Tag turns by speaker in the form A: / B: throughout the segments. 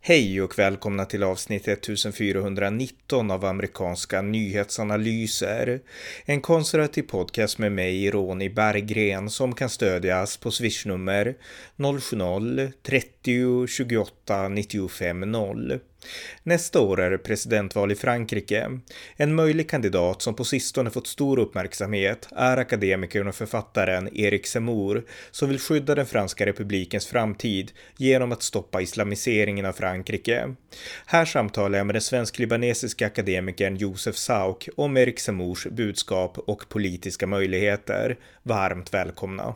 A: Hej och välkomna till avsnitt 1419 av amerikanska nyhetsanalyser. En konservativ podcast med mig, Ronny Berggren, som kan stödjas på swishnummer 070-30 28 95 0. Nästa år är det presidentval i Frankrike. En möjlig kandidat som på sistone fått stor uppmärksamhet är akademikern och författaren Éric Zemmour, som vill skydda den franska republikens framtid genom att stoppa islamiseringen av Frankrike. Här samtalar jag med den svensk-libanesiska akademikern Youssef Zaouk om Éric Zemmours budskap och politiska möjligheter. Varmt välkomna.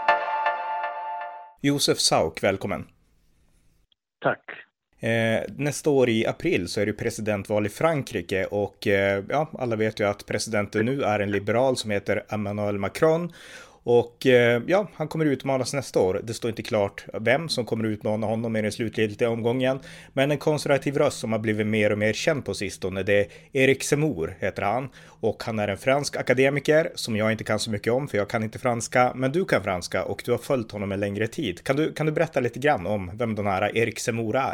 A: Youssef Zaouk, välkommen.
B: Tack.
A: Nästa år i april så är det presidentval i Frankrike och alla vet ju att presidenten nu är en liberal som heter Emmanuel Macron och han kommer utmanas nästa år. Det står inte klart vem som kommer utmana honom i den slutgiltiga omgången, men en konservativ röst som har blivit mer och mer känd på sistone, det är Éric Zemmour heter han, och han är en fransk akademiker som jag inte kan så mycket om för jag kan inte franska, men du kan franska och du har följt honom en längre tid. Kan du berätta lite grann om vem den här Éric Zemmour är?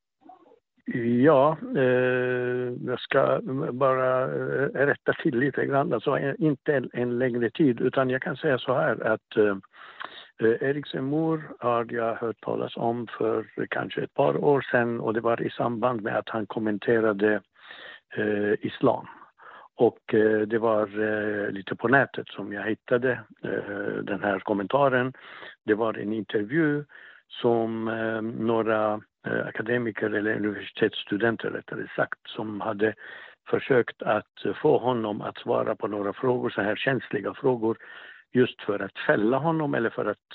B: Ja, jag ska bara rätta till lite grann. Alltså inte en längre tid, utan jag kan säga så här att Éric Zemmour har jag hört talas om för kanske ett par år sedan, och det var i samband med att han kommenterade islam. Och det var lite på nätet som jag hittade den här kommentaren. Det var en intervju som några akademiker eller universitetsstudenter rättare sagt, som hade försökt att få honom att svara på några frågor, så här känsliga frågor, just för att fälla honom eller för att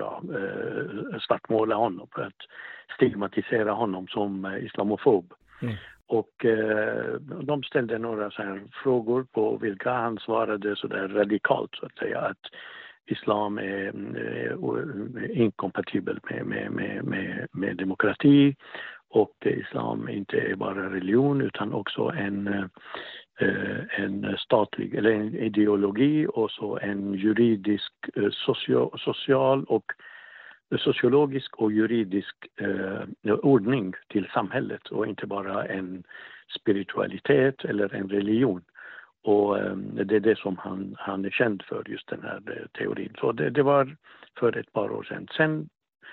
B: svartmåla honom, för att stigmatisera honom som islamofob. Och de ställde några så här frågor på vilka han svarade så där radikalt, så att säga, att islam är inkompatibel med demokrati, och islam inte är bara religion utan också en statlig eller en ideologi, och så en juridisk, social och sociologisk och juridisk ordning till samhället, och inte bara en spiritualitet eller en religion. Och det är det som han är känd för, just den här teorin. Så det var för ett par år sedan. Sen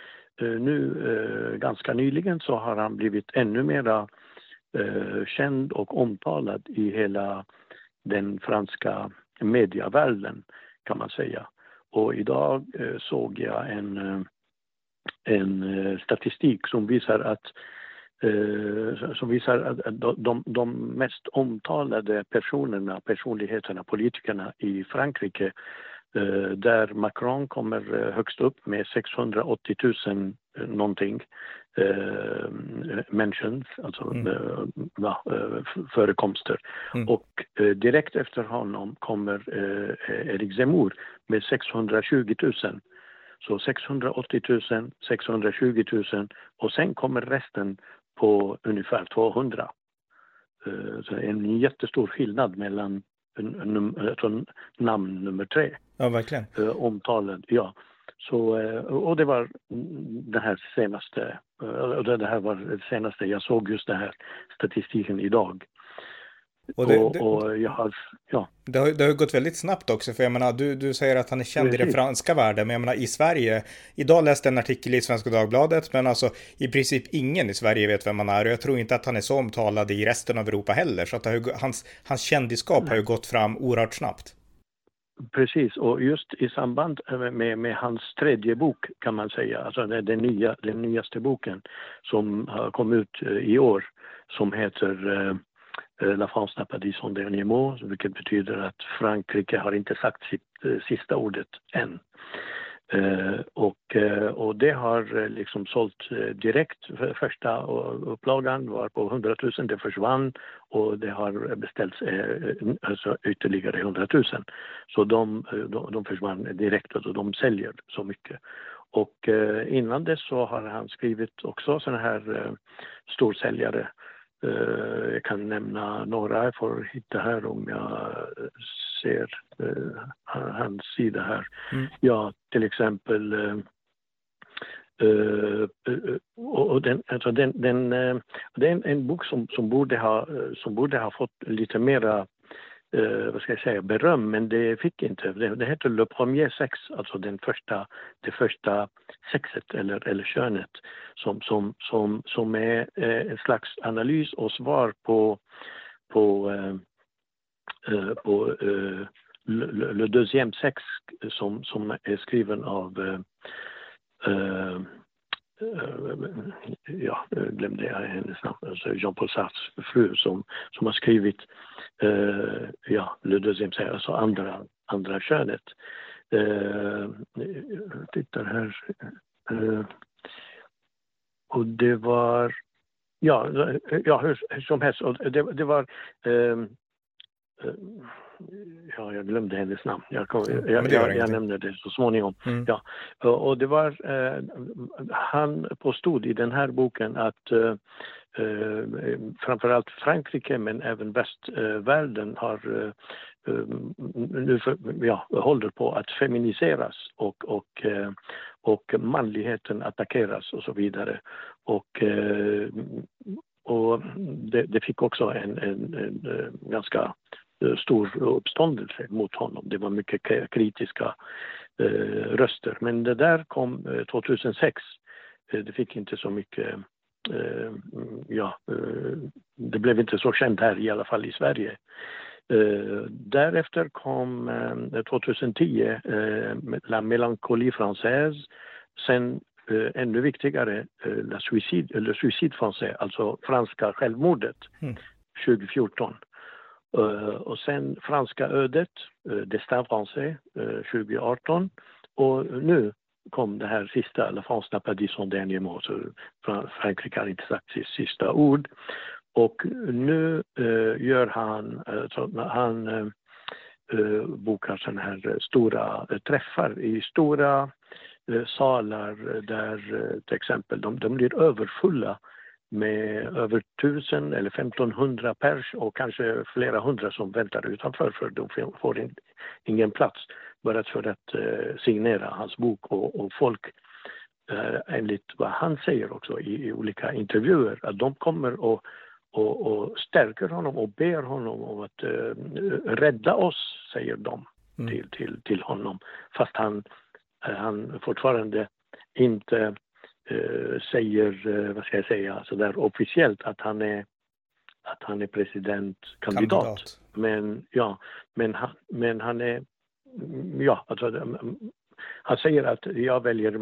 B: nu ganska nyligen så har han blivit ännu mera känd och omtalad i hela den franska medievärlden, kan man säga. Och idag såg jag en statistik som visar att de mest omtalade personligheterna, politikerna i Frankrike, där Macron kommer högst upp med 680 000 någonting mentions, alltså förekomster. Och direkt efter honom kommer Éric Zemmour med 620 000. Så 680 000, 620 000, och sen kommer resten på ungefär 200. Så en jättestor skillnad mellan namn nummer 3.
A: Ja, verkligen.
B: Omtalen, ja. Så, och det var det här senaste, jag såg just den här statistiken idag. Och jag har, ja.
A: Det har gått väldigt snabbt också, för jag menar, du säger att han är känd i den franska världen, men jag menar i Sverige, idag läste jag en artikel i Svenska Dagbladet, men alltså i princip ingen i Sverige vet vem han är, och jag tror inte att han är så omtalad i resten av Europa heller, så att hans kändisskap har ju gått fram oerhört snabbt.
B: Precis, och just i samband med hans tredje bok, kan man säga, alltså den nyaste boken som har kommit ut i år, som heter La France n'a pas dit son dernier mot, vilket betyder att Frankrike har inte sagt sitt sista ordet än. Och det har liksom sålt direkt. Första upplagan var på 100 000, det försvann, och det har beställts alltså ytterligare 100 000. Så de försvann direkt, och de säljer så mycket. Och innan det så har han skrivit också såna här storsäljare. Jag kan nämna några, jag får hitta här om jag ser hans sida här. Ja, till exempel Och det är en bok som borde ha fått lite mera vad ska jag säga, beröm, men det fick inte. Det heter Le Premier Sex, alltså det första sexet eller könet, som är en slags analys och svar på Le Deuxième Sex som är skriven av jag glömde hennes namn, alltså Jean-Paul Sartres fru som har skrivit Le Deuxième Sex, alltså andra könet. Tittar här. Och det var hur som helst, och det var jag glömde hennes namn. Jag nämnde det så småningom. Mm. Ja. Och det var han påstod i den här boken att framförallt Frankrike men även västvärlden har nu håller på att feminiseras och manligheten attackeras och så vidare. Och det fick också en ganska stor uppståndelse mot honom. Det var mycket kritiska röster. Men det där kom 2006. Det fick inte så mycket det blev inte så känt här, i alla fall i Sverige. Därefter kom 2010 La Mélancolie Française. Sen ännu viktigare Le Suicide Français, alltså franska självmordet 2014. Och sen franska ödet, Destin Français 2018. Och nu kom det här sista, La France n'a pas dit son dernier mot, så Frankrike har inte sagt sitt sista ord. Och nu gör han bokar sådana här stora träffar i stora salar där till exempel de blir överfulla med över 1000 eller 1500 pers och kanske flera hundra som väntar utanför, för de får ingen plats bara för att signera hans bok. Och folk, enligt vad han säger också i olika intervjuer, att de kommer och stärker honom och ber honom om att rädda oss, säger de till honom. Fast han fortfarande inte säger, vad ska jag säga, så där officiellt att han är presidentkandidat. Men han är, alltså, han säger att jag väljer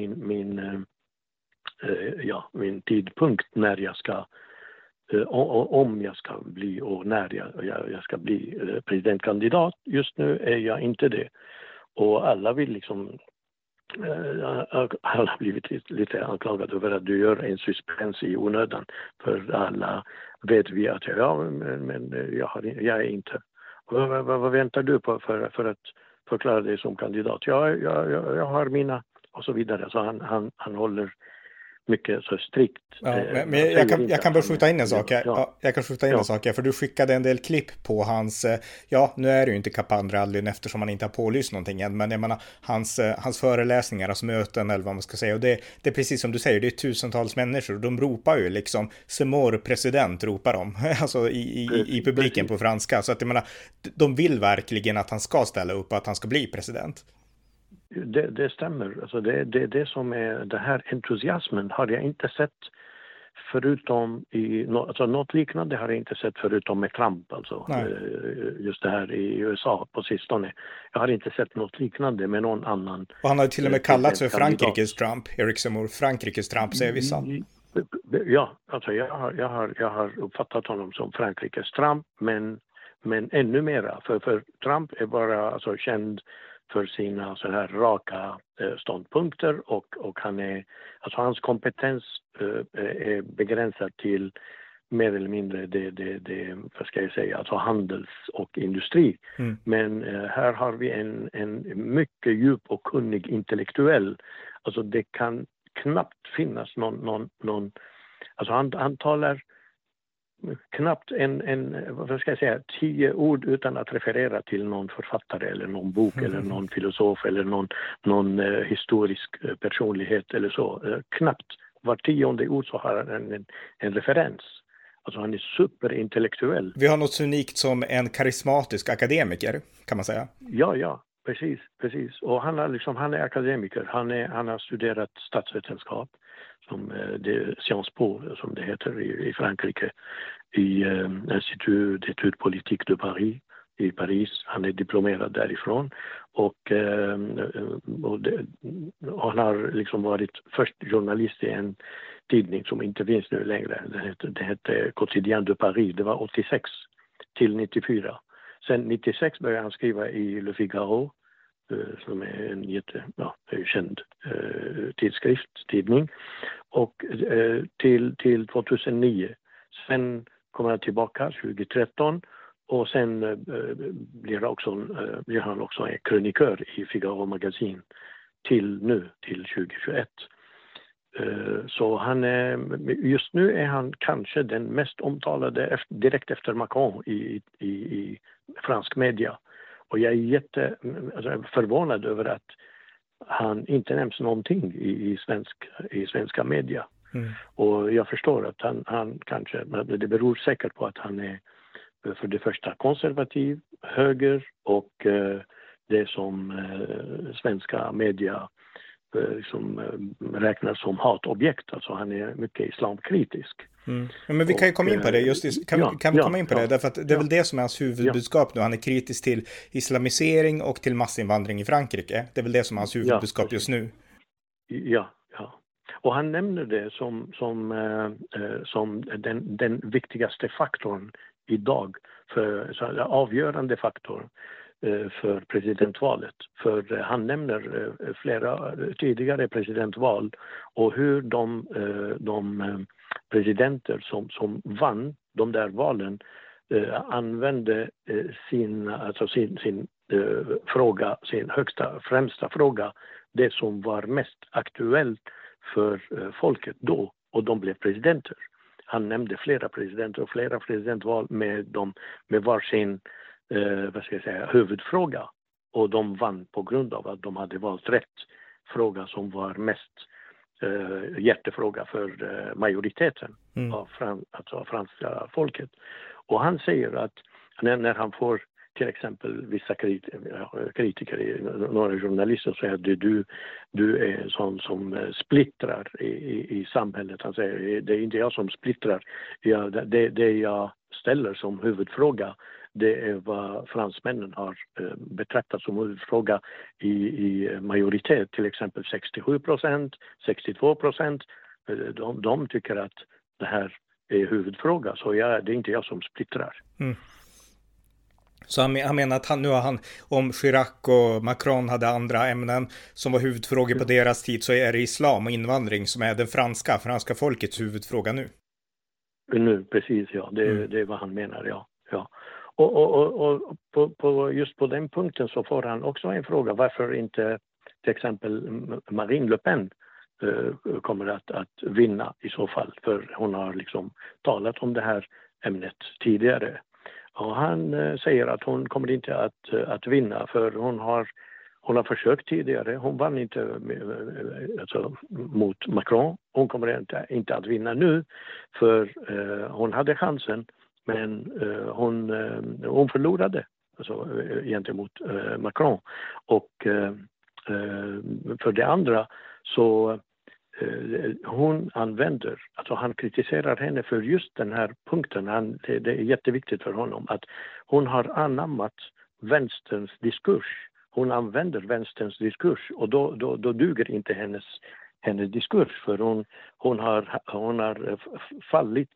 B: min tidpunkt när jag ska om jag ska bli och när jag ska bli presidentkandidat. Just nu är jag inte det. Och alla vill liksom alla har blivit lite anklagade över att du gör en suspens i onödan, för alla vet vi att men jag är inte. Vad väntar du på för att förklara dig som kandidat? Jag har mina och så vidare. Så han håller mycket så strikt.
A: Ja, men jag kan bara skjuta in en sak här. Ja, jag kan skjuta in en sak här, för du skickade en del klipp på hans, nu är det ju inte Kapanrallyn eftersom han inte har pålyst någonting än, men jag menar hans föreläsningar, hans möten eller vad man ska säga, och det är precis som du säger, det är tusentals människor och de ropar ju liksom "Semor president" ropar de, alltså i publiken på franska, så att jag menar, de vill verkligen att han ska ställa upp och att han ska bli president.
B: Det stämmer. Alltså det som är den här entusiasmen har jag inte sett förutom alltså något liknande har jag inte sett förutom med Trump, alltså just det här i USA på sistone. Jag har inte sett något liknande med någon annan. Och
A: han har ju till och med kallats för Frankrikes Trump, Eric Zemmour, Frankrikes Trump, säger vissa.
B: Ja, alltså jag har uppfattat honom som Frankrikes Trump, men ännu mera, för Trump är bara alltså känd för sina så här raka ståndpunkter och han är, alltså hans kompetens är begränsad till mer eller mindre det vad ska jag säga, alltså handels- och industri. Men här har vi en mycket djup och kunnig intellektuell. Alltså det kan knappt finnas någon alltså han talar knappt vad ska jag säga, 10 ord utan att referera till någon författare eller någon bok eller någon filosof eller någon historisk personlighet eller så. Knappt var 10:e ord så har han en referens. Alltså han är superintellektuell.
A: Vi har något så unikt som en karismatisk akademiker, kan man säga.
B: Ja, precis. Och han är akademiker. Han har studerat statsvetenskap, som det Sciences Po, som det heter i Frankrike, i Institut d'études politiques de Paris i Paris. Han är diplomerad därifrån och han har liksom varit först journalist i en tidning som inte finns nu längre. Det hette Quotidien de Paris. Det var 86 till 94. Sen 96 började han skriva i Le Figaro, som är en känd tidning. Och till 2009. Sen kommer han tillbaka 2013 och sen blir han också en krönikör i Figaro Magasin till 2021. Så just nu är han kanske den mest omtalade direkt efter Macron i fransk media. Och jag är förvånad över att han inte nämns någonting i svenska media. Mm. Och jag förstår att han kanske, det beror säkert på att han är för det första konservativ, höger och det som svenska media som räknas som hatobjekt. Alltså han är mycket islamkritisk.
A: Mm. Ja, men vi kan ju komma in på det. Kan vi komma in på det? Därför att det är väl det som är hans huvudbudskap nu. Han är kritisk till islamisering och till massinvandring i Frankrike. Det är väl det som är hans huvudbudskap just nu.
B: Ja. Och han nämner det som den viktigaste faktorn idag, avgörande faktorn för presidentvalet. För han nämner flera tidigare presidentval och hur de presidenter som vann de där valen använde sin fråga, sin främsta fråga, det som var mest aktuellt för folket då, och de blev presidenter. Han nämnde flera presidenter och flera presidentval med varsin huvudfråga, och de vann på grund av att de hade valt rätt fråga som var mest hjärtefråga för majoriteten av franska folket. Och han säger att när han får till exempel vissa kritiker, några journalister säger att du är en sån som splittrar i samhället. Han säger det är inte jag som splittrar. Det jag ställer som huvudfråga, det är vad fransmännen har betraktat som huvudfråga i majoritet. Till exempel 67%, 62%. De tycker att det här är huvudfråga. Så det är inte jag som splittrar. Mm.
A: Så han menar att om Chirac och Macron hade andra ämnen som var huvudfrågor på deras tid, så är det islam och invandring som är den franska folkets huvudfråga nu.
B: Nu, precis, ja. Det är vad han menar, ja. Och just på den punkten så får han också en fråga. Varför inte till exempel Marine Le Pen kommer att vinna i så fall? För hon har liksom talat om det här ämnet tidigare. Och han säger att hon kommer inte att vinna, för hon har försökt tidigare. Hon vann inte mot Macron. Hon kommer inte att vinna nu, för hon hade chansen, men hon förlorade gentemot Macron. Och för det andra så han kritiserar henne för just den här punkten. Det är jätteviktigt för honom att hon har anammat vänsterns diskurs. Hon använder vänsterns diskurs, och då duger inte hennes diskurs, för hon har fallit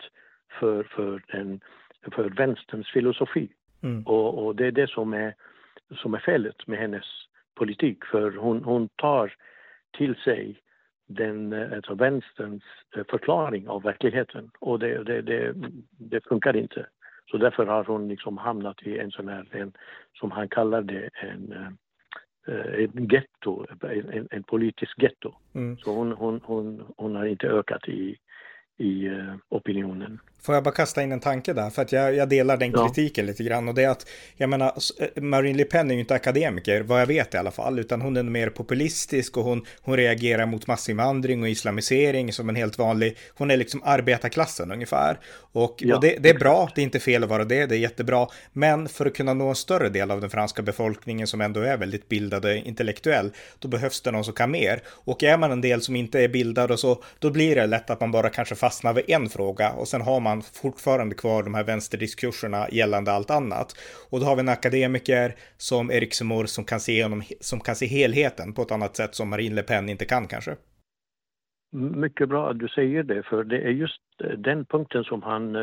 B: för vänsterns filosofi. Och det är det som är felet med hennes politik, för hon tar till sig vänsterns förklaring av verkligheten, och det funkar inte. Så därför har hon liksom hamnat i en sån här, som han kallar det, en getto, en politisk getto. Så hon har inte ökat i opinionen.
A: Får jag bara kasta in en tanke där, för att jag delar den kritiken lite grann, och det är att, jag menar, Marine Le Pen är ju inte akademiker, vad jag vet i alla fall, utan hon är mer populistisk och hon reagerar mot massinvandring och islamisering som en helt vanlig, hon är liksom arbetarklassen ungefär, och det är bra, det är inte fel att vara det är jättebra, men för att kunna nå en större del av den franska befolkningen som ändå är väldigt bildad och intellektuell, då behövs det någon som kan mer, och är man en del som inte är bildad och så, då blir det lätt att man bara kanske fastnar vid en fråga, och sen har man fortfarande kvar de här vänsterdiskurserna gällande allt annat. Och då har vi en akademiker som Eric Zemmour som kan se helheten på ett annat sätt som Marine Le Pen inte kan kanske.
B: Mycket bra att du säger det, för det är just den punkten som han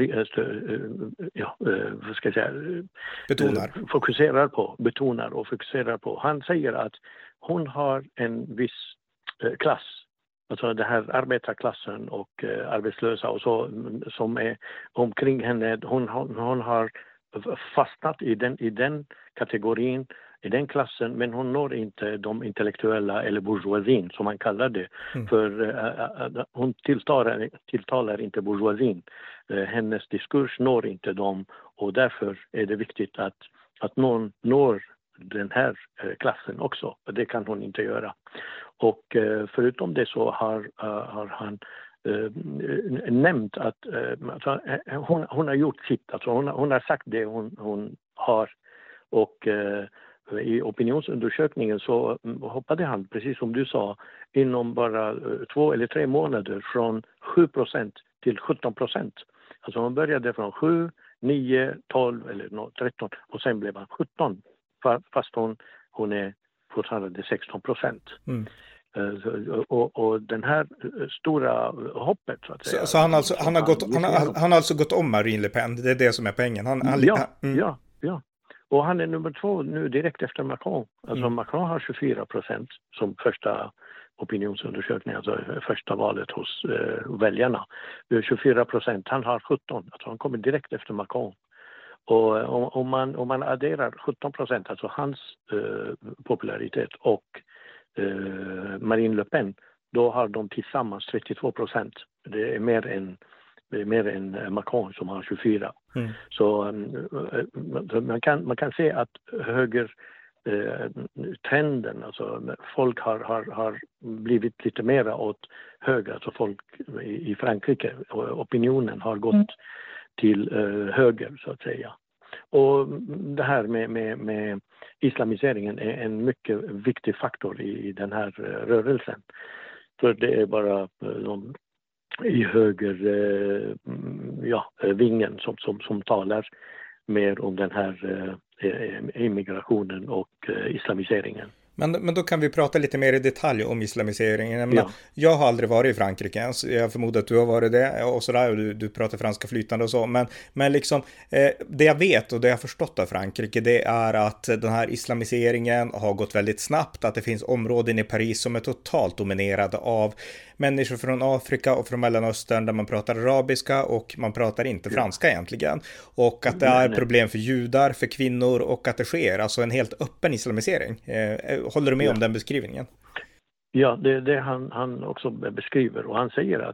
B: betonar och fokuserar på. Han säger att hon har en viss klass, alltså det här arbetarklassen och arbetslösa och så, som är omkring henne. Hon har fastnat i den kategorin, i den klassen, men hon når inte de intellektuella eller bourgeoisien som man kallar det. För hon tilltalar inte bourgeoisien. Hennes diskurs når inte dem, och därför är det viktigt att någon når den här klassen också. Det kan hon inte göra. Och förutom det så har han nämnt att hon har gjort sitt. Alltså hon har sagt det hon har, och i opinionsundersökningen så hoppade han, precis som du sa, inom bara 2 eller 3 månader från 7% till 17%. Alltså hon började från 7, 9, 12 eller 13 och sen blev han 17, fast hon är fortfarande 16%. Och den här stora hoppet så att säga.
A: Så han har alltså gått om Marine Le Pen, det är det som är poängen.
B: Ja. Och han är nummer 2 nu direkt efter Macron. Alltså Macron har 24% som första opinionsundersökning, alltså första valet hos väljarna. 24%, han har 17%, alltså han kommer direkt efter Macron. Och om man adderar 17%, alltså hans popularitet och Marine Le Pen, då har de tillsammans 32%. Det är mer än Macron som har 24%. Så man kan se att trenden, alltså folk har blivit lite mera åt höger, alltså folk i Frankrike, opinionen har gått till höger så att säga. Och det här med islamiseringen är en mycket viktig faktor i den här rörelsen. För det är bara i höger vingen som talar mer om den här immigrationen och islamiseringen.
A: Men då kan vi prata lite mer i detalj om islamiseringen. Jag har aldrig varit i Frankrike, så jag förmodar att du har varit det och sådär, och du pratar franska flytande och så. Men liksom, det jag vet och det jag har förstått av Frankrike, det är att den här islamiseringen har gått väldigt snabbt, att det finns områden i Paris som är totalt dominerade av människor från Afrika och från Mellanöstern där man pratar arabiska och man pratar inte franska egentligen. Och att det är problem för judar, för kvinnor, och att det sker alltså en helt öppen islamisering. Håller du med om den beskrivningen?
B: Ja, det han också beskriver, och han säger att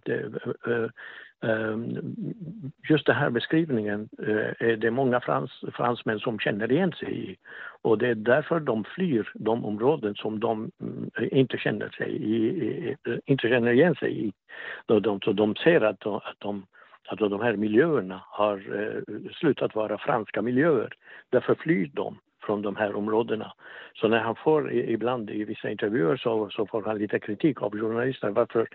B: just den här beskrivningen är det många fransmän som känner igen sig i, och det är därför de flyr de områden som de inte känner igen sig i. Så de ser att de här miljöerna har slutat vara franska miljöer, därför flyr de från de här områdena. Så när han får ibland i vissa intervjuer så får han lite kritik av journalister. Varför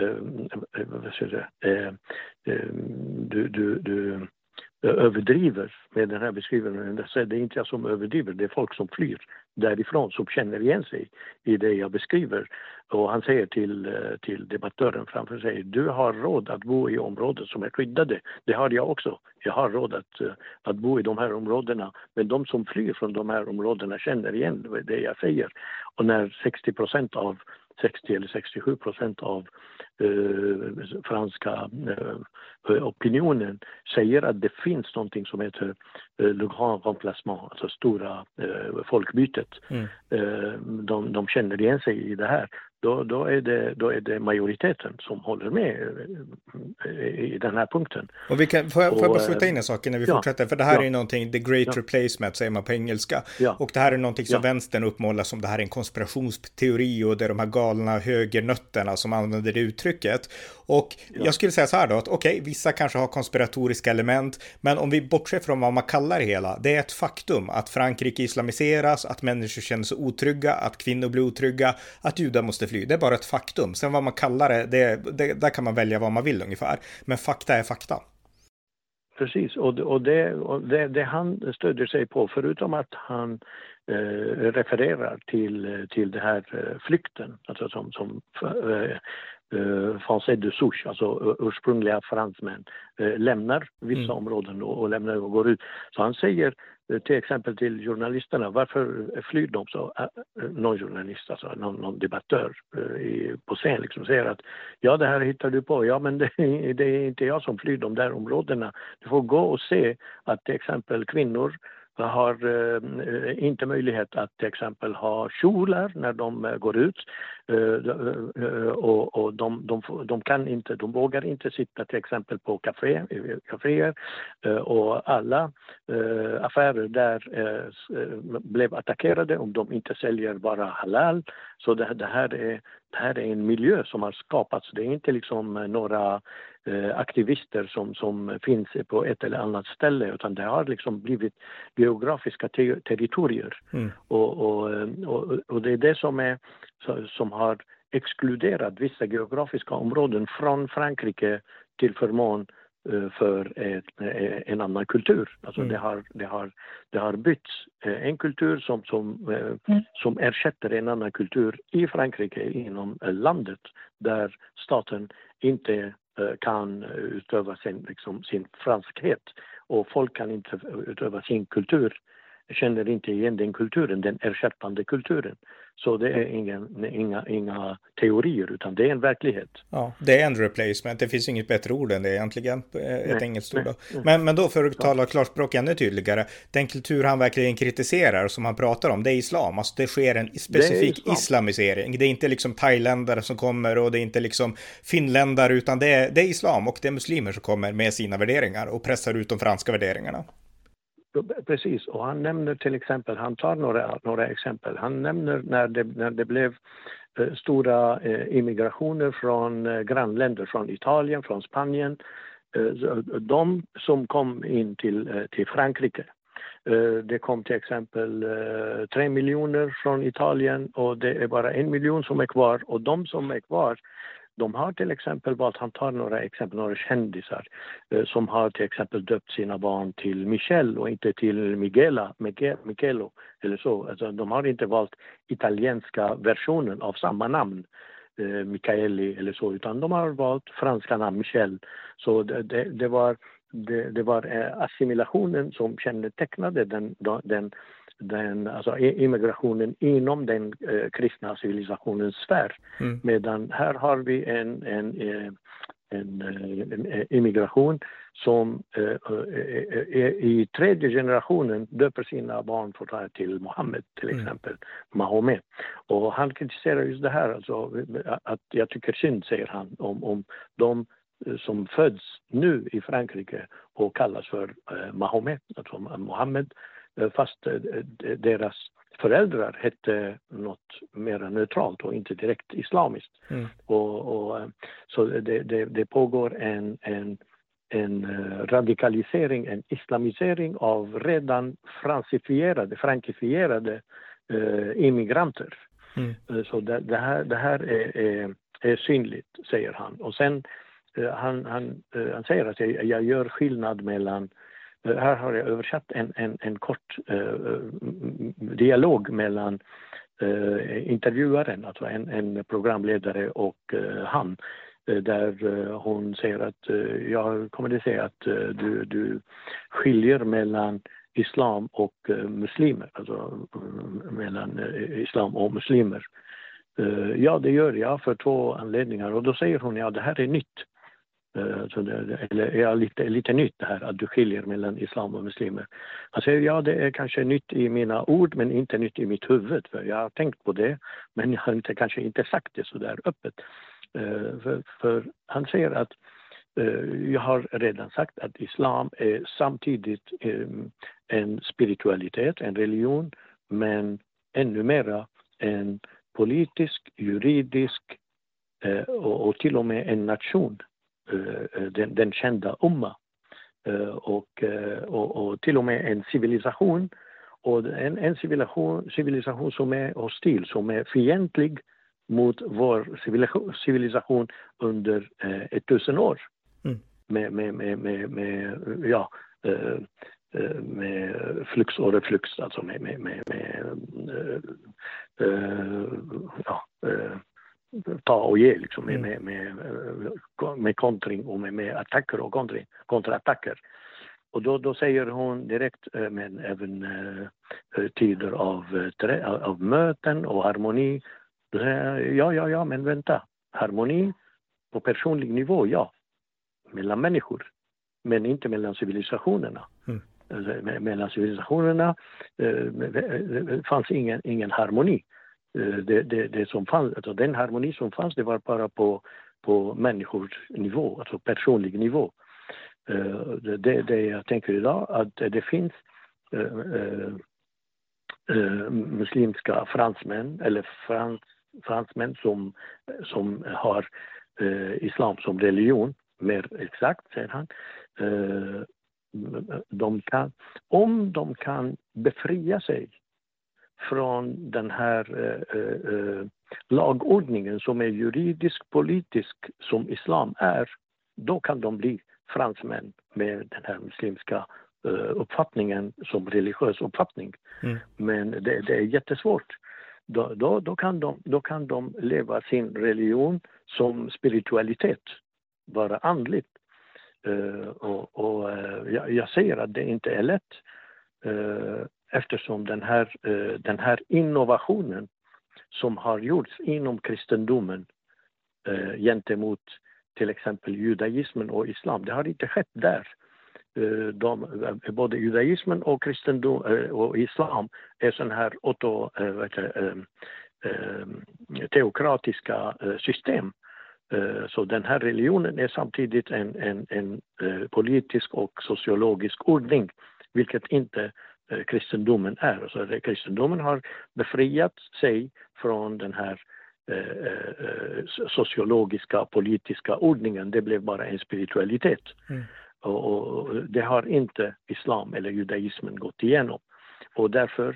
B: du överdriver med den här beskrivningen? Så det är inte jag som överdriver, det är folk som flyr därifrån som känner igen sig i det jag beskriver. Och han säger till debattören framför sig: du har råd att bo i områden som är skyddade. Det har jag också. Jag har råd att bo i de här områdena. Men de som flyr från de här områdena känner igen det jag säger. Och när 60 eller 67% av franska opinionen säger att det finns någonting som heter le grand remplacement, alltså stora folkbytet. De känner igen sig i det här. Då är det majoriteten som håller med i den här punkten.
A: Och får jag bara skjuta in en sak när vi fortsätter, för det här är någonting, the great replacement säger man på engelska. Och det här är någonting som vänstern uppmålar som det här är en konspirationsteori, och det är de här galna högernötterna som använder det uttrycket. Och jag skulle säga så här då, att okej, vissa kanske har konspiratoriska element, men om vi bortser från vad man kallar det hela, det är ett faktum att Frankrike islamiseras, att människor känner sig otrygga, att kvinnor blir otrygga, att judar måste fly. Det är bara ett faktum. Sen vad man kallar det där kan man välja vad man vill ungefär. Men fakta är fakta.
B: Precis, och det han stödjer sig på, förutom att han refererar till det här flykten, alltså som français de souche, alltså ursprungliga fransmän, lämnar vissa områden och lämnar och går ut. Så han säger till exempel till journalisterna, varför flyr de? Så någon journalist, alltså någon debattör på scen liksom säger att ja, det här hittar du på. Ja, men det är inte jag som flyr de där områdena. Du får gå och se att till exempel kvinnor har inte möjlighet att till exempel ha kjolar när de går ut, och de kan inte, de vågar inte sitta till exempel på kaféer, och alla affärer där blev attackerade om de inte säljer bara halal. Så det här är en miljö som har skapats. Det är inte liksom några aktivister som finns på ett eller annat ställe, utan det har liksom blivit geografiska territorier. Och det är det som har exkluderat vissa geografiska områden från Frankrike till förmån för en annan kultur. Alltså det har bytts en kultur som ersätter en annan kultur i Frankrike inom landet, där staten inte kan utöva sin franskhet, och folk kan inte utöva sin kultur, känner inte igen den kulturen, den ersättande kulturen. Så det är inga teorier, utan det är en verklighet.
A: Ja, det är en replacement. Det finns inget bättre ord än det egentligen, ett engelskt ord. Men då för att tala klarspråk ännu tydligare, den kultur han verkligen kritiserar som han pratar om, det är islam. Alltså det sker en specifik islamisering. Det är inte liksom thailändare som kommer, och det är inte liksom finländare, utan det är islam, och det är muslimer som kommer med sina värderingar och pressar ut de franska värderingarna.
B: Precis, och han nämner till exempel, han tar några exempel. Han nämner när det blev stora immigrationer från grannländer, från Italien, från Spanien. De som kom in till Frankrike. Det kom till exempel 3 miljoner från Italien, och det är bara 1 miljon som är kvar. Och de som är kvar, de har till exempel valt, han tar några kändisar som har till exempel döpt sina barn till Michel och inte till Michelo eller så. Alltså, de har inte valt italienska versionen av samma namn, Michaeli eller så, utan de har valt franska namn, Michel. Så det var assimilationen som kännetecknade alltså immigrationen inom den kristna civilisationens sfär. Medan här har vi en immigration som i tredje generationen döper sina barn för till Mohammed till exempel, Mahomet. Och han kritiserar just det här, alltså att jag tycker synd, säger han, om de som föds nu i Frankrike och kallas för Mahomet, alltså Mohammed, fast deras föräldrar hette något mer neutralt och inte direkt islamiskt. Så det pågår en radikalisering, en islamisering av redan frankifierade immigranter. Så det här är synligt, säger han. Och sen han säger att jag gör skillnad mellan, här har jag översatt en kort dialog mellan intervjuaren, alltså en programledare, och han, där hon säger att jag kommer att säga att du skiljer mellan islam och muslimer, alltså mellan islam och muslimer. Ja, det gör jag för 2 anledningar. Och då säger hon, ja det här är nytt. Lite nytt det här att du skiljer mellan islam och muslimer. Han säger, ja det är kanske nytt i mina ord men inte nytt i mitt huvud. För jag har tänkt på det men jag har kanske inte sagt det så där öppet. För han säger att jag har redan sagt att islam är samtidigt en spiritualitet, en religion, men ännu mera en politisk, juridisk och till och med en nation, den kända Umma, och till och med en civilisation, och en civilisation som är hostil, som är fientlig mot vår civilisation under 1000 år. Med flux och reflux, alltså ta och ge liksom, med kontring och med attacker och kontraattacker. Och då säger hon direkt, men även tider av möten och harmoni. Ja, men vänta. Harmoni på personlig nivå, ja. Mellan människor. Men inte mellan civilisationerna. Mellan civilisationerna fanns ingen harmoni. Det som fanns, alltså den harmoni som fanns, det var bara på människors nivå, alltså personlig nivå. Det jag tänker idag, att det finns muslimska fransmän eller fransmän som har islam som religion, mer exakt säger han. Om de kan befria sig från den här lagordningen som är juridisk, politisk som islam är, då kan de bli fransmän med den här muslimska uppfattningen som religiös uppfattning. Men det är jättesvårt. Då kan de leva sin religion som spiritualitet, vara andligt. Jag säger att det inte är lätt eftersom den här innovationen som har gjorts inom kristendomen gentemot till exempel judaismen och islam, det har inte skett där. Både judaismen och kristendom och islam är sån här teokratiska system. Så den här religionen är samtidigt en politisk och sociologisk ordning, vilket inte kristendomen är. Så kristendomen har befriat sig från den här sociologiska, politiska ordningen. Det blev bara en spiritualitet. Och det har inte islam eller judaismen gått igenom. Och därför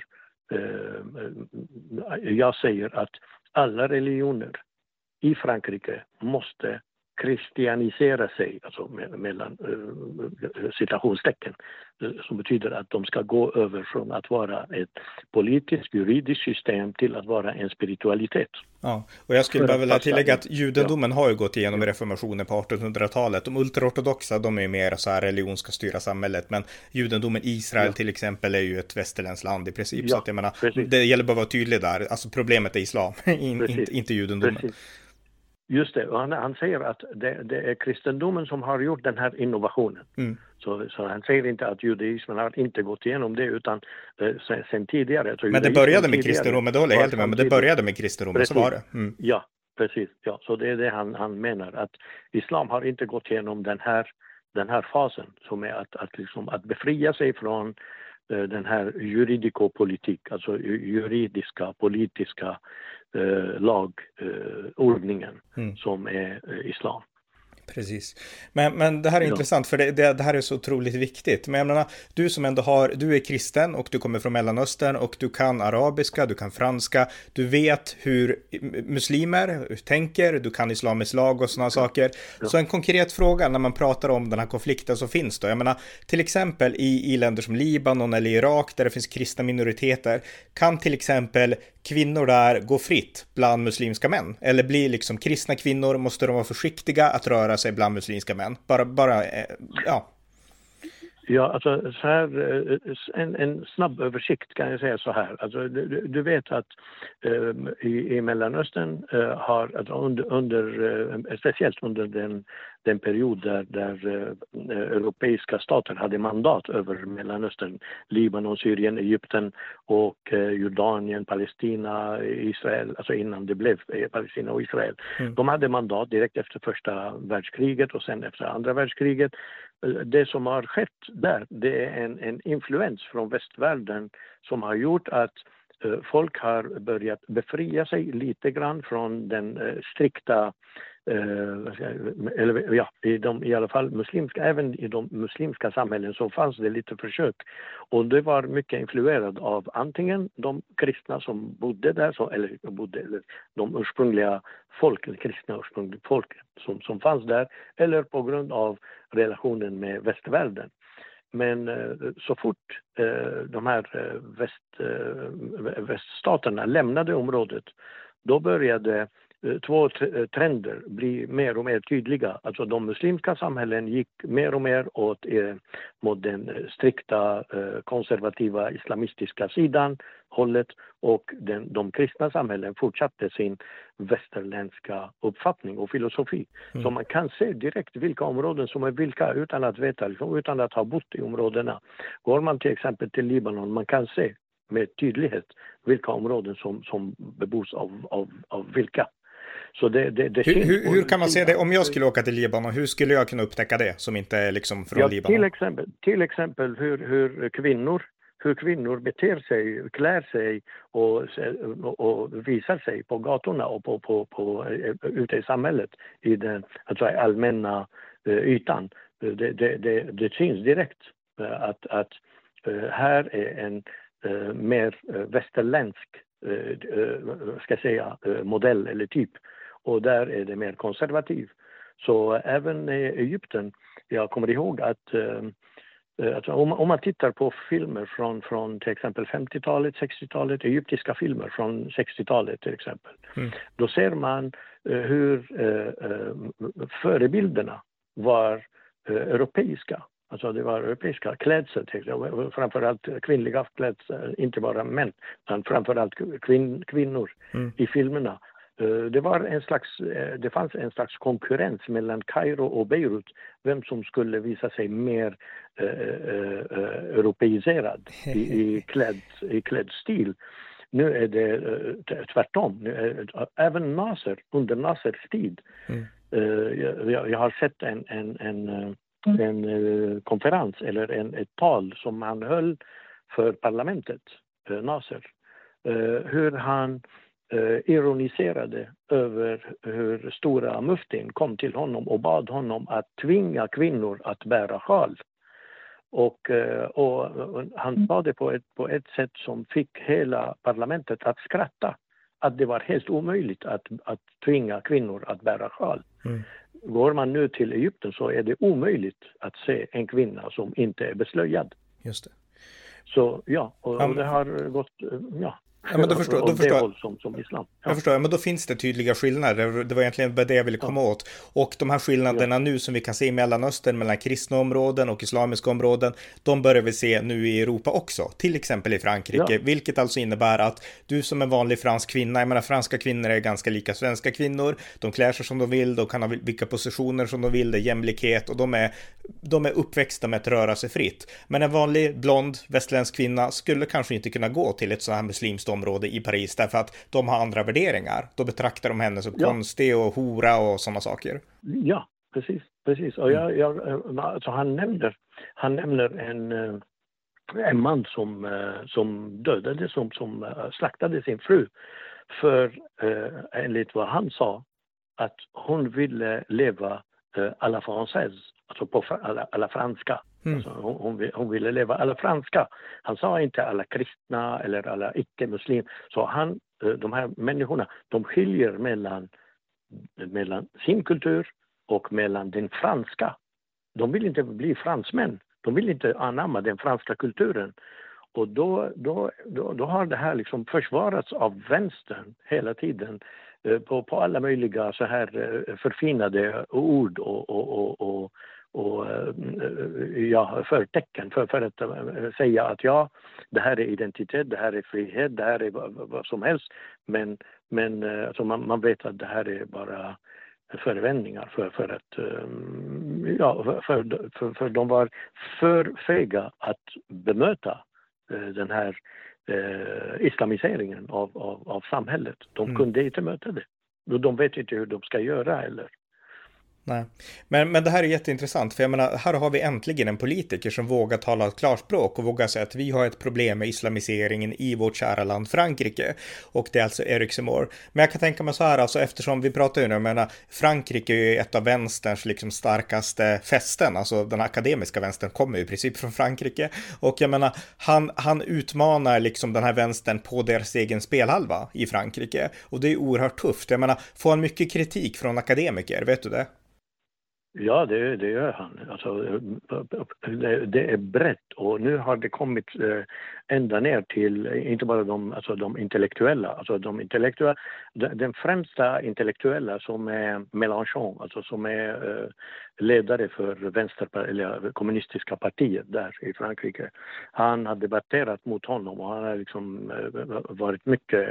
B: jag säger att alla religioner i Frankrike måste kristianisera sig, alltså mellan citationstecken, som betyder att de ska gå över från att vara ett politiskt, juridiskt system till att vara en spiritualitet.
A: Ja, och jag skulle bara vilja tillägga att judendomen har ju gått igenom reformationen på 1800-talet. De ultraortodoxa, de är ju mer så här religion ska styra samhället, men judendomen Israel till exempel är ju ett västerländskt land i princip, så att jag menar, det gäller bara att vara tydlig där. Alltså problemet är islam, inte judendomen.
B: Precis. Just det, och han säger att det är kristendomen som har gjort den här innovationen. Så han säger inte att judaismen har inte gått igenom det, utan sen tidigare.
A: Men det började med kristendomen, det håller jag helt med, men det började med kristendomen, så var det.
B: Ja, precis. Ja, så det är det han menar, att islam har inte gått igenom den här fasen som är att befria sig från den här juridikopolitik, alltså juridiska, politiska lagordningen som är islam.
A: Precis. Men det här är intressant, för det här är så otroligt viktigt. Men jag menar, du som ändå du är kristen och du kommer från Mellanöstern och du kan arabiska, du kan franska, du vet hur muslimer tänker, du kan islamisk lag och sådana saker. Så en konkret fråga när man pratar om den här konflikten som finns då. Jag menar, till exempel i länder som Libanon eller Irak där det finns kristna minoriteter, kan till exempel kvinnor där gå fritt bland muslimska män? Eller blir liksom kristna kvinnor, måste de vara försiktiga att röra sig bland muslimska män? Bara.
B: Ja, alltså så här, en snabb översikt kan jag säga så här. Alltså, du vet att i Mellanöstern har, alltså speciellt under den period där europeiska stater hade mandat över Mellanöstern, Libanon, Syrien, Egypten och Jordanien, Palestina, Israel, alltså innan det blev Palestina och Israel. De hade mandat direkt efter första världskriget och sen efter andra världskriget. Det som har skett där, det är en influens från västvärlden som har gjort att folk har börjat befria sig lite grann från den strikta, i alla fall muslimska, även i de muslimska samhällen så fanns det lite försök. Och det var mycket influerat av antingen de kristna som bodde där, eller de ursprungliga folk, kristna ursprungliga folk som fanns där, eller på grund av relationen med västvärlden. Men så fort de här väststaterna lämnade området, då började två trender bli mer och mer tydliga. Alltså de muslimska samhällen gick mer och mer mot den strikta konservativa islamistiska sidan, hållet, och de kristna samhällen fortsatte sin västerländska uppfattning och filosofi. Så man kan se direkt vilka områden som är vilka utan att veta, utan att ha bott i områdena. Går man till exempel till Libanon, man kan se med tydlighet vilka områden som bebos av vilka. Så
A: hur kan man se det om jag skulle åka till Libanon? Hur skulle jag kunna upptäcka det som inte är liksom från Libanon?
B: Till exempel hur kvinnor beter sig, klär sig och visar sig på gatorna och ute i samhället i den allmänna ytan. Det syns direkt att här är en mer västerländsk modell eller typ, och där är det mer konservativ. Så även i Egypten, jag kommer ihåg att om man tittar på filmer från till exempel 50-talet, 60-talet, egyptiska filmer från 60-talet till exempel, då ser man hur förebilderna var europeiska. Alltså det var europeiska klädsel, framförallt kvinnliga klädsel, inte bara män, utan framförallt kvinnor i filmerna. Det fanns en slags konkurrens mellan Kairo och Beirut, vem som skulle visa sig mer europeiserad i klädstil. Nu är det tvärtom. Även under Nassers tid. Jag har sett en konferens eller ett tal som han höll för parlamentet, Nasser, hur han ironiserade över hur stora muftin kom till honom och bad honom att tvinga kvinnor att bära sjal. Och han sa det på ett sätt som fick hela parlamentet att skratta. Att det var helt omöjligt att tvinga kvinnor att bära sjal. Går man nu till Egypten så är det omöjligt att se en kvinna som inte är beslöjad.
A: Just det.
B: Så och det har gått,
A: Ja, men då förstår jag.
B: Som islam. Ja.
A: Jag förstår, men då finns det tydliga skillnader. Det var egentligen det jag ville komma åt. Och de här skillnaderna nu som vi kan se i Mellanöstern mellan kristna områden och islamiska områden, de börjar vi se nu i Europa också. Till exempel i Frankrike, vilket alltså innebär att du som en vanlig fransk kvinna, jag menar franska kvinnor är ganska lika svenska kvinnor, de klär sig som de vill, de kan ha vilka positioner som de vill, det är jämlikhet och de är uppväxta med att röra sig fritt. Men en vanlig blond västerländsk kvinna skulle kanske inte kunna gå till ett så här muslimskt område i Paris därför att de har andra värderingar. Då betraktar de henne som konstig och hora och sådana saker.
B: Ja, precis. Och alltså han nämner en man som dödade, som slaktade sin fru för enligt vad han sa att hon ville leva à la française, alltså på alla franska. Alltså hon ville leva alla franska. Han sa inte alla kristna eller alla icke-muslim. Så de här människorna, de skiljer mellan sin kultur och mellan den franska. De vill inte bli fransmän. De vill inte anamma den franska kulturen. Och då har det här liksom försvarats av vänstern hela tiden på alla möjliga så här förfinade ord förtecken för att säga att ja, det här är identitet, det här är frihet, det här är vad som helst. Men alltså man vet att det här är bara förevändningar för de var för fega att bemöta den här islamiseringen av samhället. De kunde inte möta det. De vet inte hur de ska göra heller.
A: Nej, men det här är jätteintressant, för jag menar, här har vi äntligen en politiker som vågar tala ett klarspråk och vågar säga att vi har ett problem med islamiseringen i vårt kära land Frankrike, och det är alltså Eric Zemmour. Men jag kan tänka mig så här, alltså, eftersom vi pratar ju nu, jag menar, Frankrike är ju ett av vänsterns liksom starkaste fästen, alltså den akademiska vänstern kommer ju i princip från Frankrike, och jag menar, han utmanar liksom den här vänstern på deras egen spelhalva i Frankrike, och det är oerhört tufft. Jag menar, får han mycket kritik från akademiker, vet du det?
B: Ja, det gör han. Alltså, det är brett, och nu har det kommit ända ner till inte bara de intellektuella. Alltså den främsta intellektuella som är Mélenchon, alltså som är ledare för eller kommunistiska partiet där i Frankrike. Han har debatterat mot honom, och han har liksom varit mycket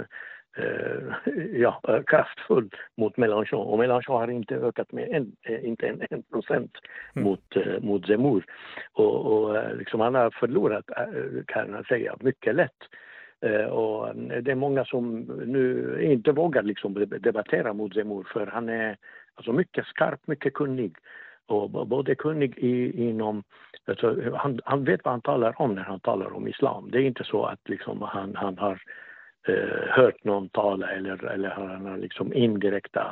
B: kraftfull mot Mélenchon, och Mélenchon har inte ökat med inte en 1% mot Zemmour, och liksom han har förlorat, kan man säga, mycket lätt. Och det är många som nu inte vågar liksom debattera mot Zemmour, för han är alltså mycket skarp, mycket kunnig, och både kunnig inom, alltså, han vet vad han talar om när han talar om islam. Det är inte så att liksom han har hört någon tala eller har han liksom indirekta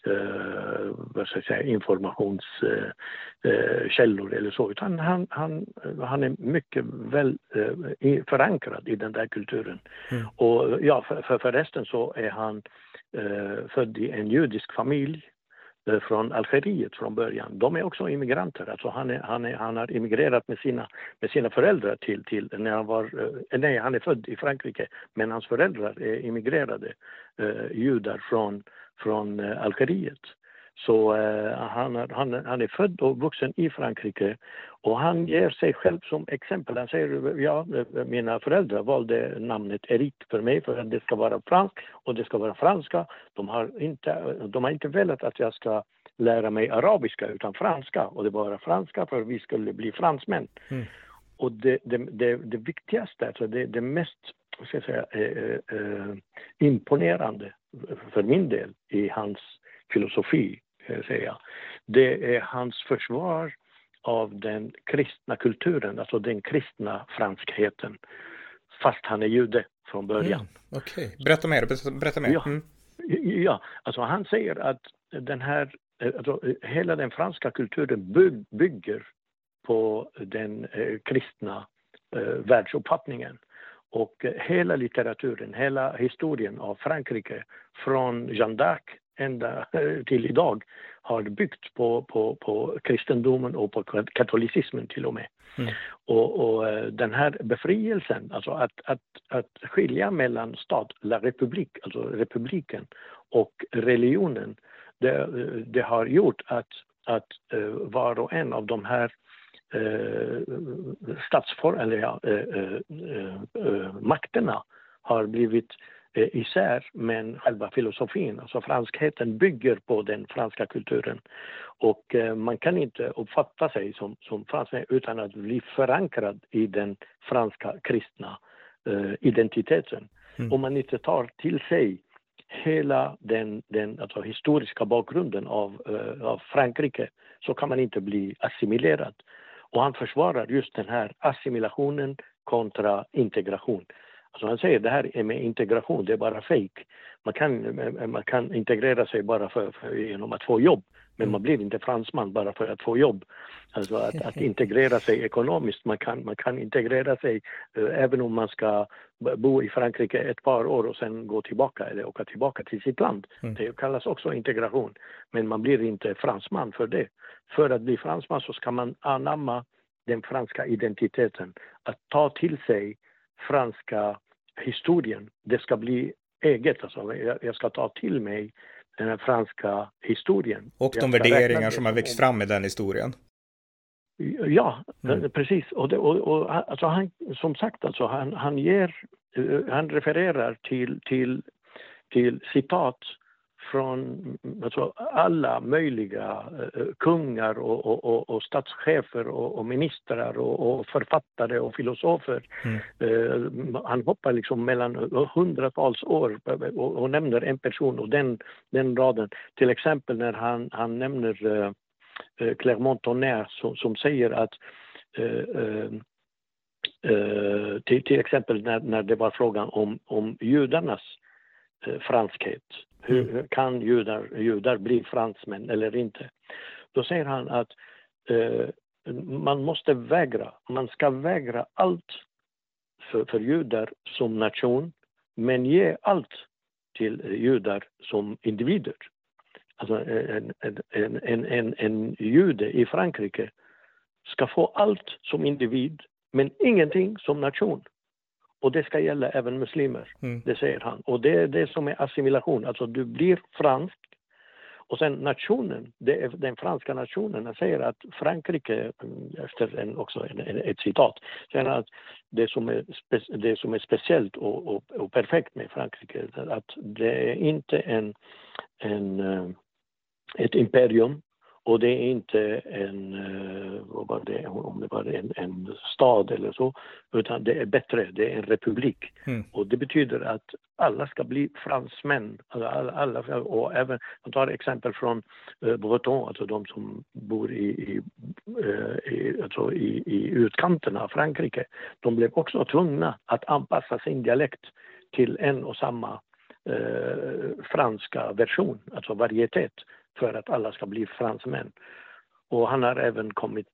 B: informationskällor eller så, utan han är mycket väl förankrad i den där kulturen. Och ja, förresten så är han född i en judisk familj från Algeriet från början. De är också immigranter. Alltså han har immigrerat med sina föräldrar till när han är född i Frankrike, men hans föräldrar är immigrerade judar från Algeriet. Så han är född och vuxen i Frankrike, och han ger sig själv som exempel. Han säger, mina föräldrar valde namnet Eric för mig för att det ska vara franskt och det ska vara franska. De har inte velat att jag ska lära mig arabiska utan franska, och det var franska för vi skulle bli fransmän. Och det viktigaste, alltså det mest, ska jag säga, imponerande för min del i hans filosofi, det är hans försvar av den kristna kulturen, alltså den kristna franskheten, fast han är jude från början.
A: Okej. Berätta mer.
B: Ja, alltså han säger att den här, alltså, hela den franska kulturen bygger på den kristna världsuppfattningen. Och hela litteraturen, hela historien av Frankrike från Jeanne d'Arc ända till idag har byggt på kristendomen och på katolicismen till och med. Och den här befrielsen, alltså att skilja mellan stat, la republik, alltså republiken, och religionen, det har gjort att var och en av de här makterna har blivit isär, men själva filosofin, alltså franskheten, bygger på den franska kulturen, och man kan inte uppfatta sig som fransman utan att bli förankrad i den franska kristna identiteten. Om man inte tar till sig hela den alltså historiska bakgrunden av Frankrike, så kan man inte bli assimilerad. Och han försvarar just den här assimilationen kontra integration. Alltså han säger det här är med integration, det är bara fake. Man kan integrera sig bara genom att få jobb, men man blir inte fransman bara för att få jobb. Alltså att integrera sig ekonomiskt, man kan integrera sig även om man ska bo i Frankrike ett par år och sen gå tillbaka eller åka tillbaka till sitt land. Det kallas också integration, men man blir inte fransman för det. För att bli fransman så ska man anamma den franska identiteten, att ta till sig franska historien. Det ska bli eget, alltså jag ska ta till mig den här franska historien.
A: Och de värderingar som har växt fram i den historien.
B: Ja, precis. Alltså han, som sagt, alltså han refererar till citat från alltså alla möjliga kungar och statschefer och ministrar och författare och filosofer. Han hoppar liksom mellan hundratals år och nämner en person, och den raden. Till exempel när han nämner Clermont-Tonnerre som säger att till exempel när det var frågan om judarnas franskhet. Hur kan judar bli fransmän eller inte? Då säger han att man ska vägra allt för judar som nation, men ge allt till judar som individer. Alltså en jude i Frankrike ska få allt som individ, men ingenting som nation. Och det ska gälla även muslimer, det säger han. Och det är det som är assimilation. Alltså du blir fransk. Och sen nationen, det är den franska nationen. Jag säger att Frankrike, efter ett citat, säger att det som är speciellt och perfekt med Frankrike, att det är inte ett imperium. Och det är inte en stad eller så, utan det är bättre, det är en republik. Och det betyder att alla ska bli fransmän. Alla, och även, man tar exempel från Breton, alltså de som bor i utkanterna av Frankrike. De blev också tvungna att anpassa sin dialekt till en och samma franska version, alltså varietet, för att alla ska bli fransmän. Och han har även kommit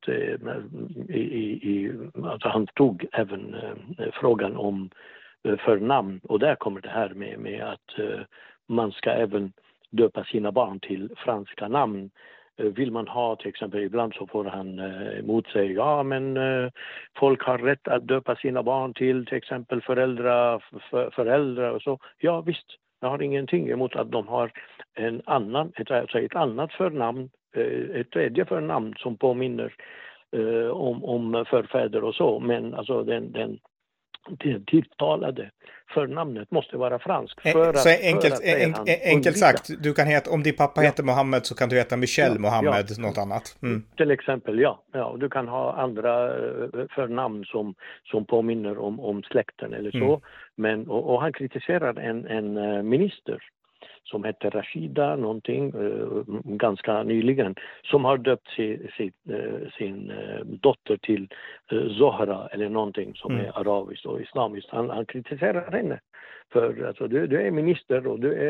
B: alltså han tog även frågan om förnamn, och där kommer det här med att man ska även döpa sina barn till franska namn. Vill man ha till exempel, ibland så får han emot sig, ja men folk har rätt att döpa sina barn till exempel föräldrar och så. Ja visst, jag har ingenting emot att de har ett annat förnamn, ett tredje förnamn som påminner om förfäder och så. Men alltså den tilltalade förnamnet måste vara fransk.
A: Enkelt sagt, du kan heta, om din pappa heter Mohammed så kan du heta Michel Mohammed, något annat.
B: Till exempel, ja. Du kan ha andra förnamn som påminner om släkten eller så. Men, och han kritiserar en minister som heter Rashida någonting ganska nyligen, som har döpt sin dotter till Zohra eller någonting som är arabiskt och islamiskt. Han kritiserar henne för alltså, du är minister och du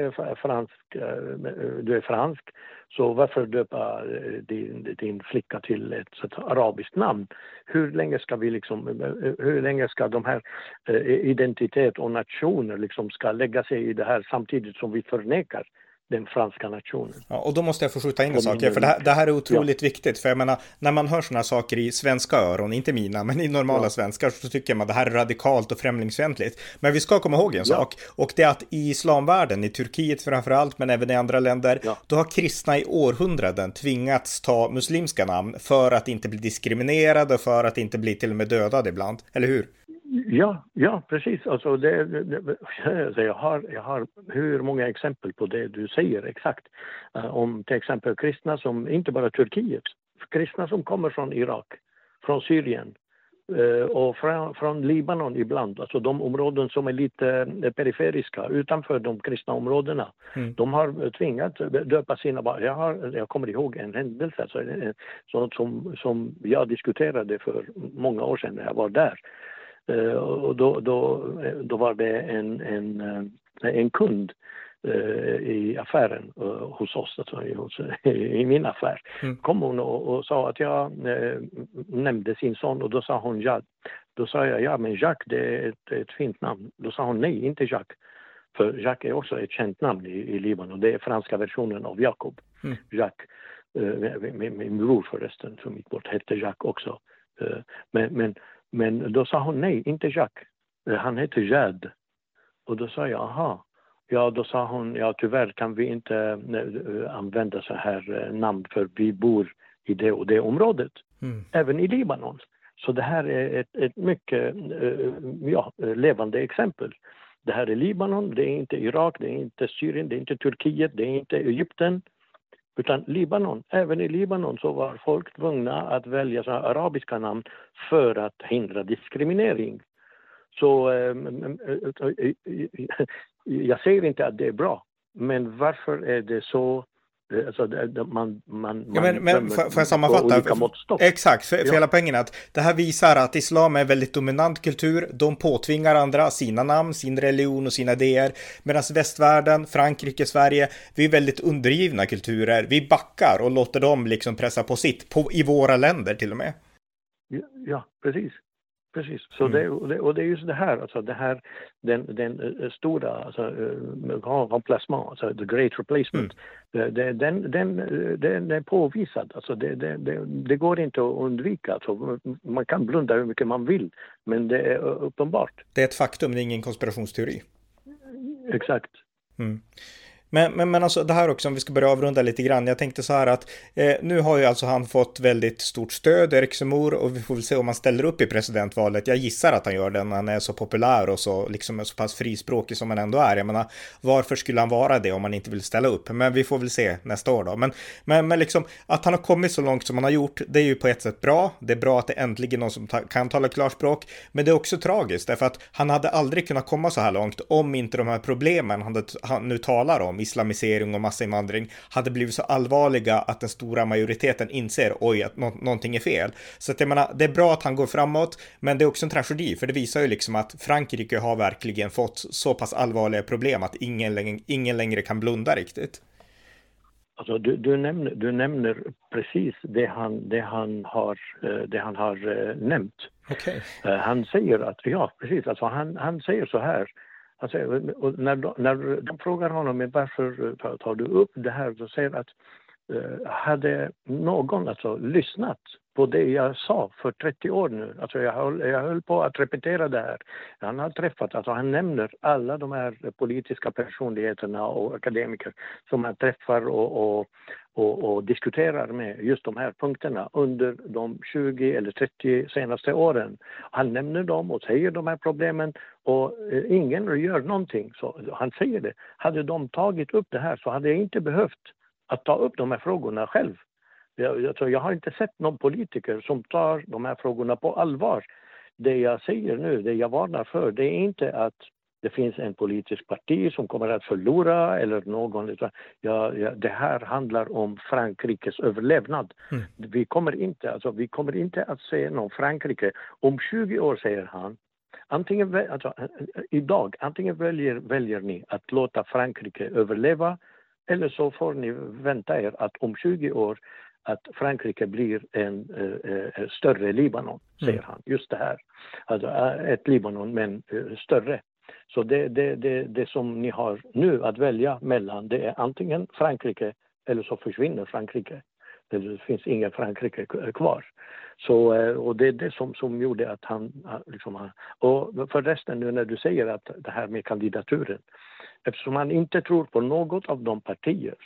B: är fransk, så varför döpa din flicka till ett arabiskt namn? Hur länge ska de här identitet och nationer liksom ska lägga sig i det här samtidigt som vi förnekar den franska nationen.
A: Ja, och då måste jag få skjuta in en sak, för det här är otroligt viktigt, för jag menar, när man hör såna här saker i svenska öron, inte mina, men i normala svenskar, så tycker man att det här är radikalt och främlingsfientligt. Men vi ska komma ihåg en sak, och det är att i islamvärlden, i Turkiet framförallt, men även i andra länder, då har kristna i århundraden tvingats ta muslimska namn för att inte bli diskriminerade och för att inte bli till och med dödade ibland, eller hur?
B: Ja, precis. Alltså jag har hur många exempel på det du säger exakt. Om till exempel kristna som, inte bara Turkiet, kristna som kommer från Irak, från Syrien och från Libanon ibland. Alltså de områden som är lite periferiska utanför de kristna områdena. De har tvingat döpa sina barn. Jag kommer ihåg en händelse som jag diskuterade för många år sedan när jag var där. Och då var det en kund i affären hos oss, alltså i min affär. Kom hon och sa att jag nämnde sin son, och då sa hon ja. Då sa jag, ja men Jacques, det är ett fint namn. Då sa hon nej, inte Jacques. För Jacques är också ett känt namn i Libanon. Det är franska versionen av Jakob. Jacques, min bror förresten, som gick bort, hette Jacques också. Men då sa hon nej, inte Jacques. Han heter Jad. Och då sa jag, aha. Ja, då sa hon, ja tyvärr kan vi inte använda så här namn, för vi bor i det och det området. även i Libanon. Så det här är ett mycket levande exempel. Det här är Libanon, det är inte Irak, det är inte Syrien, det är inte Turkiet, det är inte Egypten. Utan Libanon, även i Libanon så var folk tvungna att välja så arabiska namn för att hindra diskriminering. Så jag säger inte att det är bra, men varför är det så? Alltså, man
A: får jag sammanfatta? Exakt, för hela poängen är att det här visar att islam är en väldigt dominant kultur. De påtvingar andra sina namn, sin religion och sina idéer. Medan västvärlden, Frankrike, Sverige, vi är väldigt undergivna kulturer. Vi backar och låter dem liksom pressa på sitt, i våra länder till och med.
B: Ja, precis. Så det är just det här, alltså det här, den stora, alltså remplacement, alltså the great replacement, den är påvisad, alltså det går inte att undvika, alltså man kan blunda hur mycket man vill, men det är uppenbart.
A: Det är ett faktum, det är ingen konspirationsteori.
B: Exakt.
A: Men alltså det här också, om vi ska börja avrunda lite grann. Jag tänkte så här att nu har ju alltså han fått väldigt stort stöd, Erik Zemmour, och vi får väl se om han ställer upp i presidentvalet. Jag gissar att han gör det när han är så populär och så, liksom är så pass frispråkig som han ändå är. Jag menar, varför skulle han vara det om han inte vill ställa upp? Men vi får väl se nästa år då. Men liksom att han har kommit så långt som han har gjort, det är ju på ett sätt bra. Det är bra att det äntligen är någon som kan tala klarspråk. Men det är också tragiskt, därför att han hade aldrig kunnat komma så här långt om inte de här problemen han nu talar om, islamisering och massinvandring, hade blivit så allvarliga att den stora majoriteten inser att någonting är fel. Så att jag menar, det är bra att han går framåt, men det är också en tragedi, för det visar ju liksom att Frankrike har verkligen fått så pass allvarliga problem att ingen längre kan blunda riktigt.
B: Alltså du nämner precis det han har nämnt.
A: Okay.
B: Han säger att alltså han säger så här. Alltså, och när de frågar honom men varför tar du upp det här, så säger att hade någon alltså lyssnat på det jag sa för 30 år nu, alltså jag höll på att repetera det här. Han har träffat, alltså han nämner alla de här politiska personligheterna och akademiker som han träffar och diskuterar med just de här punkterna under de 20 eller 30 senaste åren. Han nämner dem och säger de här problemen och ingen gör någonting. Så han säger det. Hade de tagit upp det här så hade jag inte behövt att ta upp de här frågorna själv. Jag har inte sett någon politiker som tar de här frågorna på allvar. Det jag säger nu, det jag varnar för, det är inte att det finns en politisk parti som kommer att förlora eller någon. Det här handlar om Frankrikes överlevnad. Vi kommer inte att se någon Frankrike. Om 20 år, säger han, antingen väljer ni att låta Frankrike överleva, eller så får ni vänta er att om 20 år att Frankrike blir en större Libanon, säger han. Just det här. Alltså ett Libanon men större. Så det som ni har nu att välja mellan, det är antingen Frankrike eller så försvinner Frankrike. Det finns ingen Frankrike kvar. Så, och det är det som gjorde att han liksom... Och förresten nu när du säger att det här med kandidaturen, eftersom han inte tror på något av de partier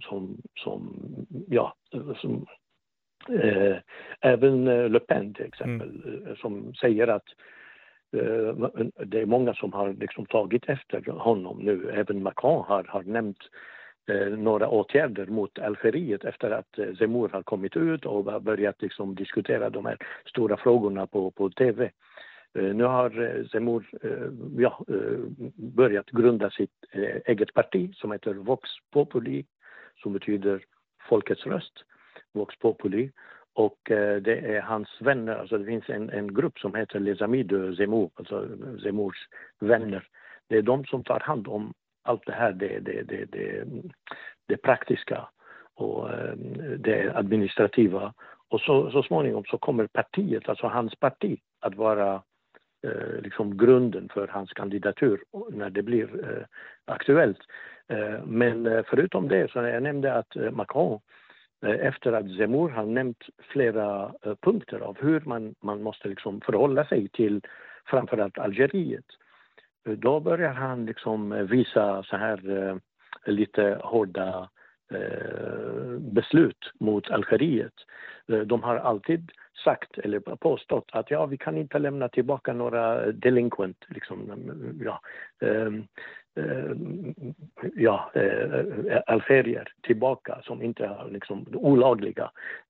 B: även Le Pen till exempel, som säger att det är många som har liksom tagit efter honom nu. Även Macron har nämnt några åtgärder mot Algeriet efter att Zemmour har kommit ut och börjat liksom diskutera de här stora frågorna på TV. Nu har Zemmour börjat grunda sitt eget parti som heter Vox Populi, som betyder folkets röst, Vox Populi. Och det är hans vänner, alltså det finns en grupp som heter Les Amis de Zemmour, alltså Zemmours vänner. Det är de som tar hand om allt det här, det praktiska och det administrativa. Och så småningom så kommer partiet, alltså hans parti, att vara liksom grunden för hans kandidatur när det blir aktuellt. Men förutom det så jag nämnde att Macron, efter att Zemmour har nämnt flera punkter av hur man måste liksom förhålla sig till framförallt Algeriet, då börjar han liksom visa så här lite hårda beslut mot Algeriet. De har alltid sagt eller påstått att ja, vi kan inte lämna tillbaka några delinquent, liksom, algerier tillbaka som inte är liksom olagliga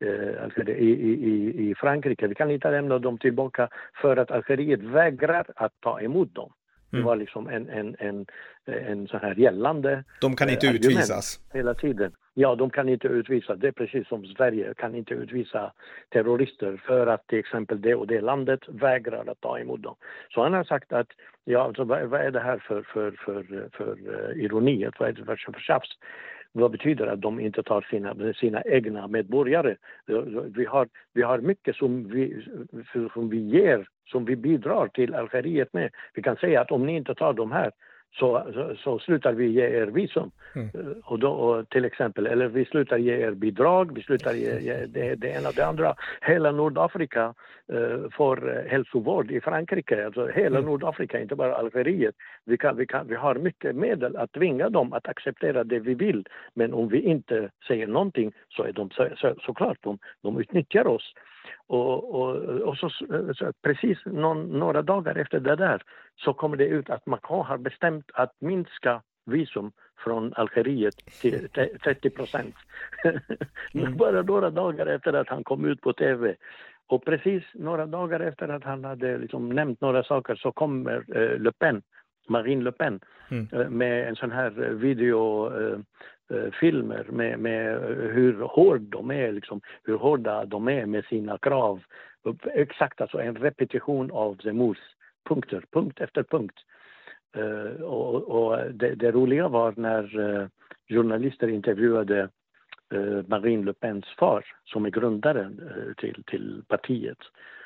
B: i Frankrike. Vi kan inte lämna dem tillbaka för att Algeriet vägrar att ta emot dem. Det var liksom en så här gällande
A: de kan inte utvisas
B: hela tiden. Ja, de kan inte utvisas. Det är precis som Sverige kan inte utvisa terrorister för att till exempel det och det landet vägrar att ta emot dem. Så han har sagt att ja, alltså, vad är det här för ironi? Vad är det för tjafs? Vad betyder att de inte tar sina egna medborgare? Vi har mycket som vi ger, som vi bidrar till Algeriet med. Vi kan säga att om ni inte tar de här så slutar vi ge er visum. Och då, till exempel, eller vi slutar ge er bidrag, vi slutar ge det ena och det andra. Hela Nordafrika får hälsovård i Frankrike, alltså hela Nordafrika, inte bara Algeriet. Vi har mycket medel att tvinga dem att acceptera det vi vill, men om vi inte säger någonting så är de såklart, de utnyttjar oss. Och så precis några dagar efter det där så kommer det ut att Macron har bestämt att minska visum från Algeriet till 30%. Bara några dagar efter att han kom ut på tv. Och precis några dagar efter att han hade liksom nämnt några saker så kommer Marine Le Pen med en sån här videofilmer med hur hård de är, liksom, hur hårda de är med sina krav. Exakt, alltså en repetition av Zemmours punkter, punkt efter punkt. Och det roliga var när journalister intervjuade Marine Le Pens far, som är grundaren till partiet.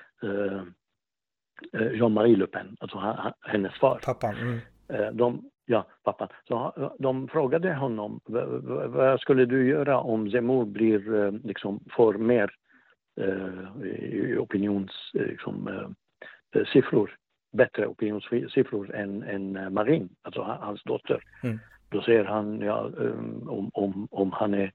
B: Jean-Marie Le Pen, alltså hennes far.
A: Pappan.
B: Pappan. Så de frågade honom, vad skulle du göra om Zemmour blir, liksom, får mer siffror, bättre opinionssiffror än Marine, alltså hans dotter. Då säger han, om han är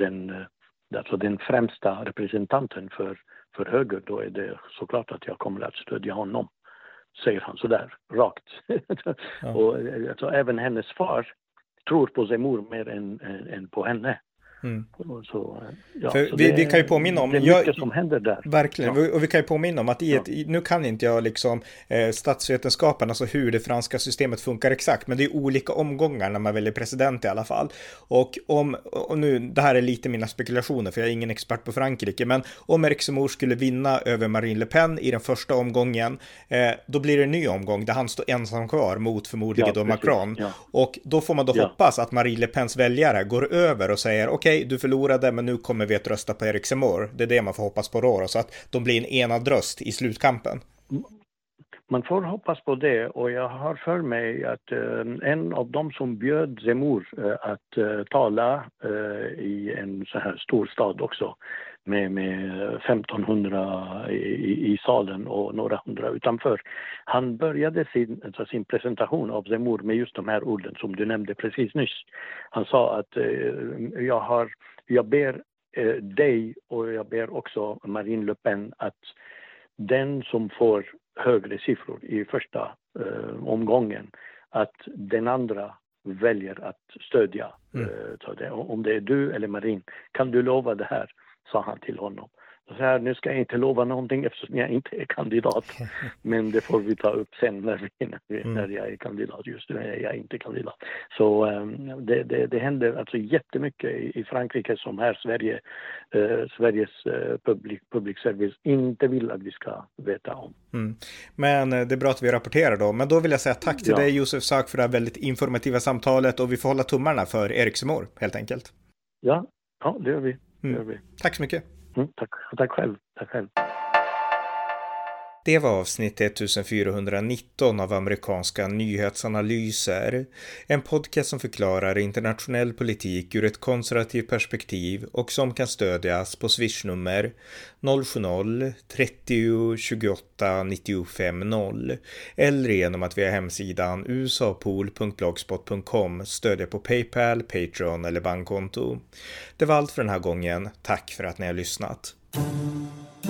B: den främsta representanten för höger, då är det såklart att jag kommer att stödja honom, säger han sådär rakt. Och alltså, även hennes far tror på Zemmour mer än på henne. Så,
A: vi kan ju påminna om
B: det är mycket som händer där.
A: Verkligen, och vi kan ju påminna om att nu kan inte jag liksom statsvetenskapen, alltså hur det franska systemet funkar exakt, men det är olika omgångar när man väljer president i alla fall. Och nu, det här är lite mina spekulationer för jag är ingen expert på Frankrike, men om Eric Zemmour skulle vinna över Marine Le Pen i den första omgången, då blir det en ny omgång där han står ensam kvar mot förmodligen då Macron. Och då får man då hoppas att Marine Le Pens väljare går över och säger okej, du förlorade, men nu kommer vi att rösta på Eric Zemmour. Det är det man får hoppas på då, så att de blir en enad röst i slutkampen.
B: Man får hoppas på det, och jag har för mig att en av dem som bjöd Zemmour att tala i en så här stor stad också med 1500 i salen och några hundra utanför. Han började sin presentation av Zemmour med just de här orden som du nämnde precis nyss. Han sa att jag ber dig och jag ber också Marine Le Pen att den som får högre siffror i första omgången, att den andra väljer att stödja. Om det är du eller Marine, kan du lova det här, sa han till honom. Så här, nu ska jag inte lova någonting eftersom jag inte är kandidat. Men det får vi ta upp sen när jag är kandidat. Just nu är jag inte kandidat. Så det händer alltså jättemycket i Frankrike som här Sveriges public service inte vill att vi ska veta om.
A: Men det är bra att vi rapporterar då. Men då vill jag säga tack till dig, Josef Sak, för det här väldigt informativa samtalet, och vi får hålla tummarna för Eric Zemmour helt enkelt.
B: Ja, det gör vi.
A: Tack så mycket.
B: Tack själv.
A: Det var avsnitt 1419 av amerikanska nyhetsanalyser. En podcast som förklarar internationell politik ur ett konservativt perspektiv och som kan stödjas på Swish-nummer 070-30 28 95 0 eller genom att via hemsidan usapool.blogspot.com stödja på PayPal, Patreon eller bankkonto. Det var allt för den här gången. Tack för att ni har lyssnat.